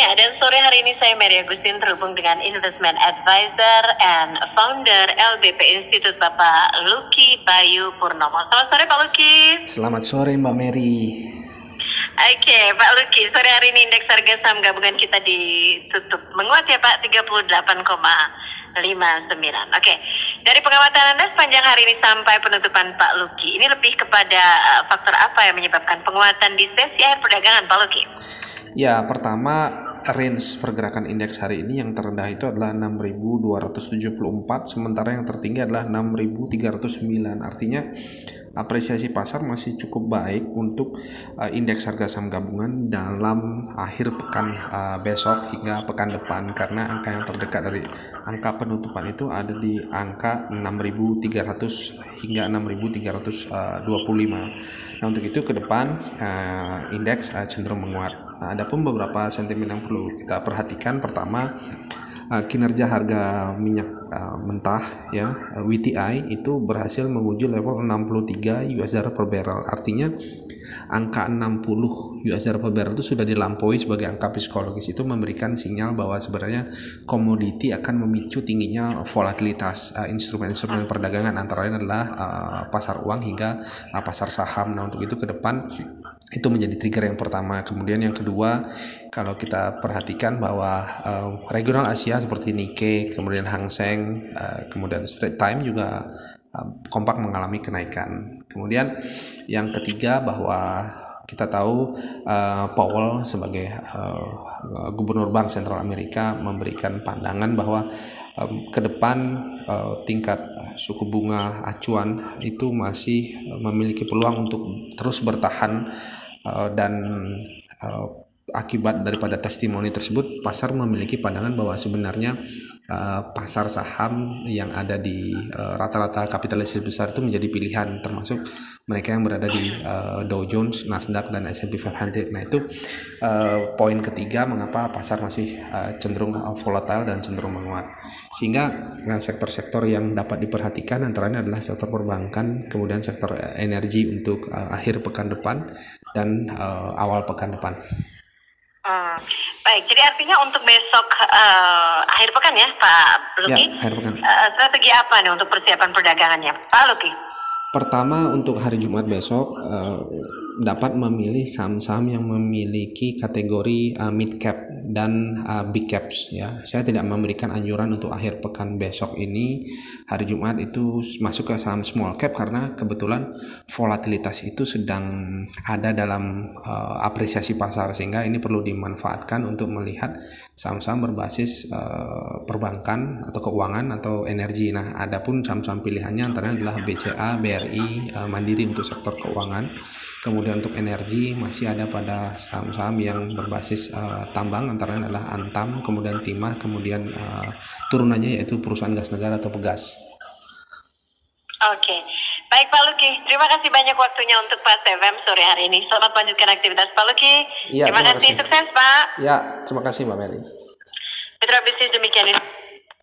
Ya, dan sore hari ini saya Mary Agustin terhubung dengan Investment Advisor and Founder LBP Institute Bapak Lucky Bayu Purnomo. Selamat sore Pak Lucky. Selamat sore Mbak Mary. Oke, Pak Lucky, sore hari ini indeks harga saham gabungan kita ditutup menguat ya Pak, 38,59. Oke, dari pengamatan Anda sepanjang hari ini sampai penutupan Pak Lucky, ini lebih kepada faktor apa yang menyebabkan penguatan di sesi akhir perdagangan Pak Lucky? Ya, pertama range pergerakan indeks hari ini yang terendah itu adalah 6.274, sementara yang tertinggi adalah 6.309. Artinya apresiasi pasar masih cukup baik untuk indeks harga saham gabungan dalam akhir pekan besok hingga pekan depan, karena angka yang terdekat dari angka penutupan itu ada di angka 6.300 hingga 6.325. Nah, untuk itu ke depan indeks cenderung menguat. Nah, ada pun beberapa sentimen yang perlu kita perhatikan. Pertama, kinerja harga minyak mentah ya, WTI itu berhasil menguji level 63 US dollar per barrel. Artinya angka 60 US dollar per barrel itu sudah dilampaui sebagai angka psikologis. Itu memberikan sinyal bahwa sebenarnya komoditi akan memicu tingginya volatilitas instrumen-instrumen perdagangan, antara lain adalah pasar uang hingga pasar saham. Nah, untuk itu ke depan itu menjadi trigger yang pertama. Kemudian yang kedua, kalau kita perhatikan bahwa regional Asia seperti Nikkei, kemudian Hang Seng, kemudian Straits Times juga kompak mengalami kenaikan. Kemudian yang ketiga, bahwa kita tahu Powell sebagai gubernur Bank Sentral Amerika memberikan pandangan bahwa ke depan tingkat suku bunga acuan itu masih memiliki peluang untuk terus bertahan, dan akibat daripada testimoni tersebut, pasar memiliki pandangan bahwa sebenarnya pasar saham yang ada di rata-rata kapitalisasi besar itu menjadi pilihan, termasuk mereka yang berada di Dow Jones, Nasdaq, dan S&P 500. Nah, itu poin ketiga mengapa pasar masih cenderung volatile dan cenderung menguat. Sehingga sektor-sektor yang dapat diperhatikan antaranya adalah sektor perbankan, kemudian sektor energi untuk akhir pekan depan dan awal pekan depan. Baik, jadi artinya untuk besok akhir pekan ya Pak Lucky? Ya, akhir pekan. Strategi apa nih untuk persiapan perdagangannya Pak Lucky? Pertama, untuk hari Jumat besok dapat memilih saham-saham yang memiliki kategori mid cap dan big caps ya. Saya tidak memberikan anjuran untuk akhir pekan besok ini hari Jumat itu masuk ke saham small cap, karena kebetulan volatilitas itu sedang ada dalam apresiasi pasar, sehingga ini perlu dimanfaatkan untuk melihat saham-saham berbasis perbankan atau keuangan atau energi. Nah, adapun saham-saham pilihannya antaranya adalah BCA, BRI, Mandiri untuk sektor keuangan. Kemudian untuk energi masih ada pada saham-saham yang berbasis tambang, antaranya adalah Antam, kemudian Timah, kemudian turunannya yaitu perusahaan gas negara atau Pegas. Oke, baik Pak Lucky, terima kasih banyak waktunya untuk Pak FM sore hari ini. Selamat melanjutkan aktivitas Pak Lucky. Ya, terima kasih, sukses Pak. Ya, terima kasih Mbak Mary. Mitra bisnis demikian ini.